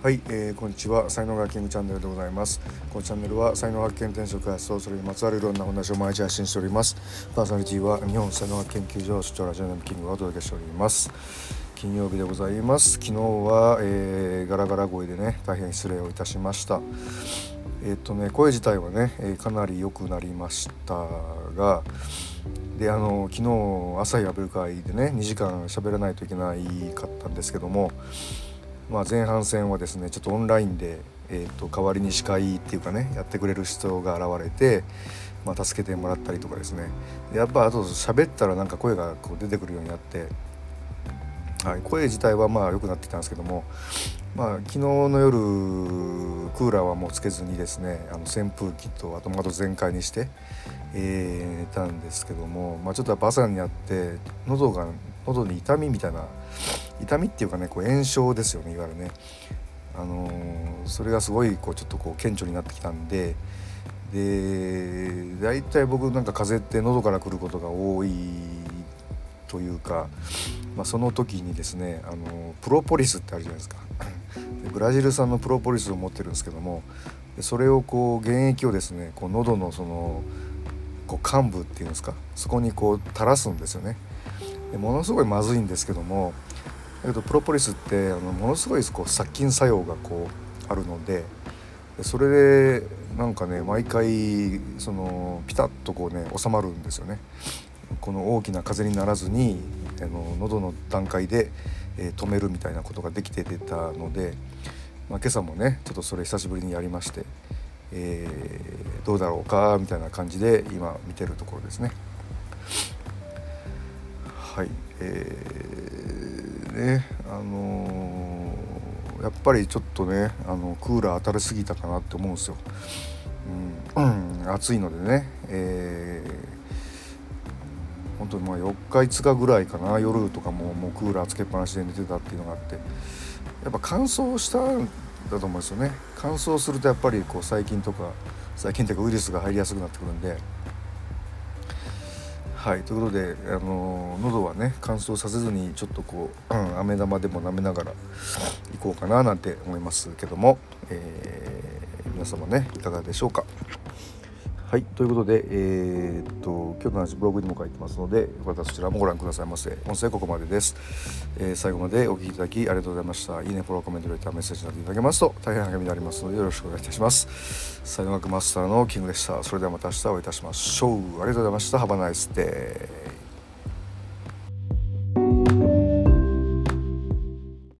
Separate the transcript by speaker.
Speaker 1: はい、こんにちは。才能学キングチャンネルでございます。このチャンネルは才能発見、転職開発とそれにまつわるいろんな話を毎日発信しております。パーソナリティは日本才能学研究所所長ラジオネームキングがお届けしております。金曜日でございます。昨日は、ガラガラ声でね大変失礼をいたしました。声自体はね、かなり良くなりましたが、で昨日朝やる会でね2時間喋らないといけないかったんですけども、前半戦はですねちょっとオンラインで、代わりに司会っていうかねやってくれる人が現れて、助けてもらったりとかですね。でやっぱあと喋ったらなんか声がこう出てくるようになって、声自体は良くなってきたんですけども、昨日の夜クーラーはもうつけずにですね扇風機とあと窓全開にして、寝たんですけども、ちょっとやっぱ朝になって喉に痛みみたいな痛みっていうかねこう炎症ですよねいわゆるね、それがすごいこうちょっとこう顕著になってきたんで、だいたい僕なんか風邪って喉から来ることが多いというか、その時にですねプロポリスってあるじゃないですかでブラジル産のプロポリスを持ってるんですけども、それをこう原液をですねこう喉のそのこう患部っていうんですか、そこにこう垂らすんですよね。でものすごいまずいんですけども、だけどプロポリスってものすごいこう殺菌作用がこうあるので、それでなんかね毎回そのピタッとこうね収まるんですよね。この大きな風邪にならずに喉の段階で、止めるみたいなことができてたので、今朝もねちょっとそれ久しぶりにやりまして、どうだろうかみたいな感じで今見てるところですね。はい、やっぱりちょっとねクーラー当たりすぎたかなって思うんですよ。暑いのでね、本当に4日5日ぐらいかな、夜とかもうクーラーつけっぱなしで寝てたっていうのがあって、やっぱ乾燥したんだと思うんですよね。乾燥するとやっぱりこう細菌とかウイルスが入りやすくなってくるんで、ということで喉はね乾燥させずにちょっとこう、飴玉でも舐めながら行こうかななんて思いますけども、皆様ねいかがでしょうか。ということで、今日の話ブログにも書いてますので、またそちらもご覧くださいませ。音声ここまでです。最後までお聞きいただきありがとうございました。いいね、フォロー、コメント、レター、メッセージなどいただけますと大変励みになりますのでよろしくお願いいたします。才能学マスターのキングでした。それではまた明日お会いいたしましょう。ありがとうございました。Have a nice day。